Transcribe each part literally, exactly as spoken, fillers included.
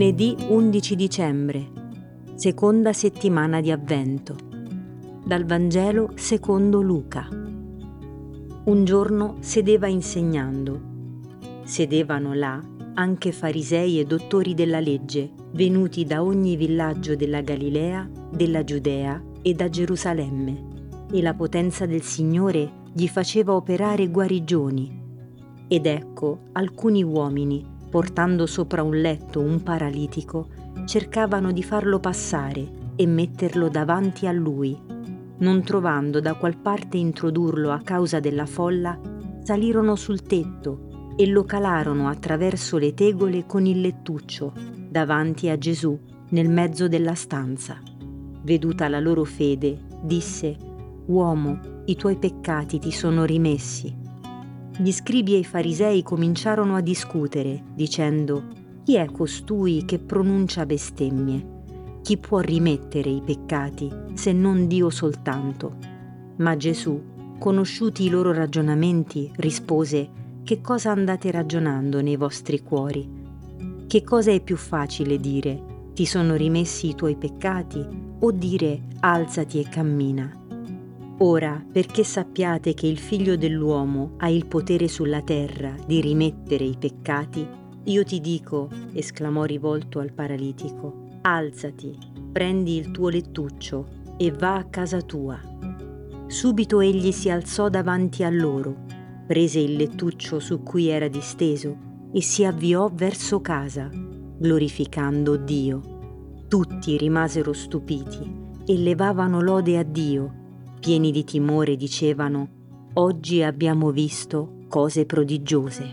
Lunedì undici dicembre, seconda settimana di Avvento. Dal Vangelo secondo Luca. Un giorno sedeva insegnando. Sedevano là anche farisei e dottori della legge, venuti da ogni villaggio della Galilea, della Giudea e da Gerusalemme, e la potenza del Signore gli faceva operare guarigioni. Ed ecco, alcuni uomini, portando sopra un letto un paralitico, cercavano di farlo passare e metterlo davanti a lui. Non trovando da qual parte introdurlo a causa della folla, salirono sul tetto e lo calarono attraverso le tegole con il lettuccio, davanti a Gesù, nel mezzo della stanza. Veduta la loro fede, disse: «Uomo, i tuoi peccati ti sono rimessi». Gli scribi e i farisei cominciarono a discutere, dicendo: «Chi è costui che pronuncia bestemmie? Chi può rimettere i peccati, se non Dio soltanto?» Ma Gesù, conosciuti i loro ragionamenti, rispose: «Che cosa andate ragionando nei vostri cuori? Che cosa è più facile dire: ti sono rimessi i tuoi peccati, o dire: alzati e cammina? Ora, perché sappiate che il Figlio dell'uomo ha il potere sulla terra di rimettere i peccati, io ti dico», esclamò rivolto al paralitico, «alzati, prendi il tuo lettuccio e va a casa tua». Subito egli si alzò davanti a loro, prese il lettuccio su cui era disteso e si avviò verso casa, glorificando Dio. Tutti rimasero stupiti e levavano lode a Dio. Pieni di timore dicevano: «Oggi abbiamo visto cose prodigiose».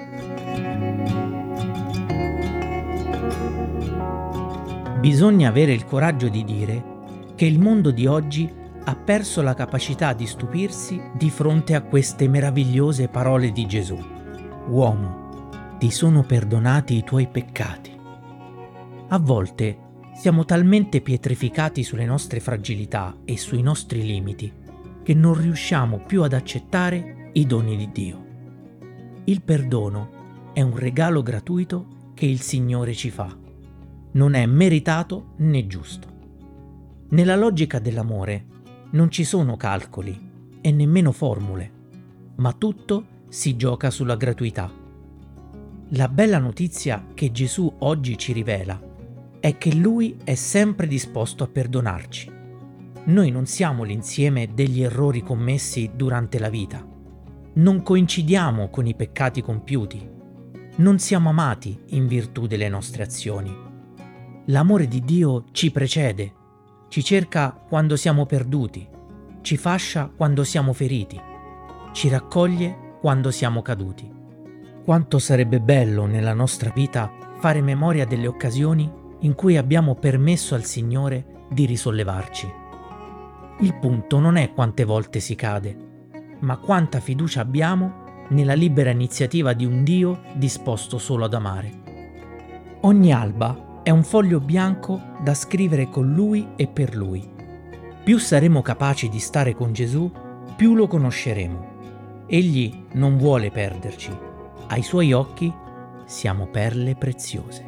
Bisogna avere il coraggio di dire che il mondo di oggi ha perso la capacità di stupirsi di fronte a queste meravigliose parole di Gesù. «Uomo, ti sono perdonati i tuoi peccati». A volte siamo talmente pietrificati sulle nostre fragilità e sui nostri limiti che non riusciamo più ad accettare i doni di Dio. Il perdono è un regalo gratuito che il Signore ci fa. Non è meritato né giusto. Nella logica dell'amore non ci sono calcoli e nemmeno formule, ma tutto si gioca sulla gratuità. La bella notizia che Gesù oggi ci rivela è che Lui è sempre disposto a perdonarci. Noi non siamo l'insieme degli errori commessi durante la vita. Non coincidiamo con i peccati compiuti. Non siamo amati in virtù delle nostre azioni. L'amore di Dio ci precede, ci cerca quando siamo perduti, ci fascia quando siamo feriti, ci raccoglie quando siamo caduti. Quanto sarebbe bello nella nostra vita fare memoria delle occasioni in cui abbiamo permesso al Signore di risollevarci. Il punto non è quante volte si cade, ma quanta fiducia abbiamo nella libera iniziativa di un Dio disposto solo ad amare. Ogni alba è un foglio bianco da scrivere con Lui e per Lui. Più saremo capaci di stare con Gesù, più lo conosceremo. Egli non vuole perderci. Ai Suoi occhi siamo perle preziose.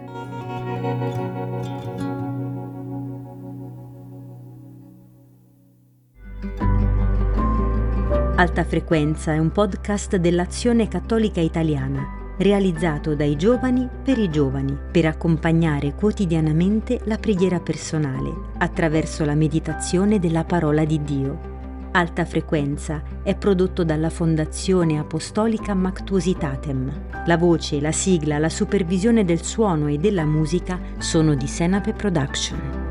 Alta Frequenza è un podcast dell'Azione Cattolica Italiana, realizzato dai giovani per i giovani, per accompagnare quotidianamente la preghiera personale attraverso la meditazione della parola di Dio. Alta Frequenza è prodotto dalla Fondazione Apostolica Mactuositatem. La voce, la sigla, la supervisione del suono e della musica sono di Senape Production.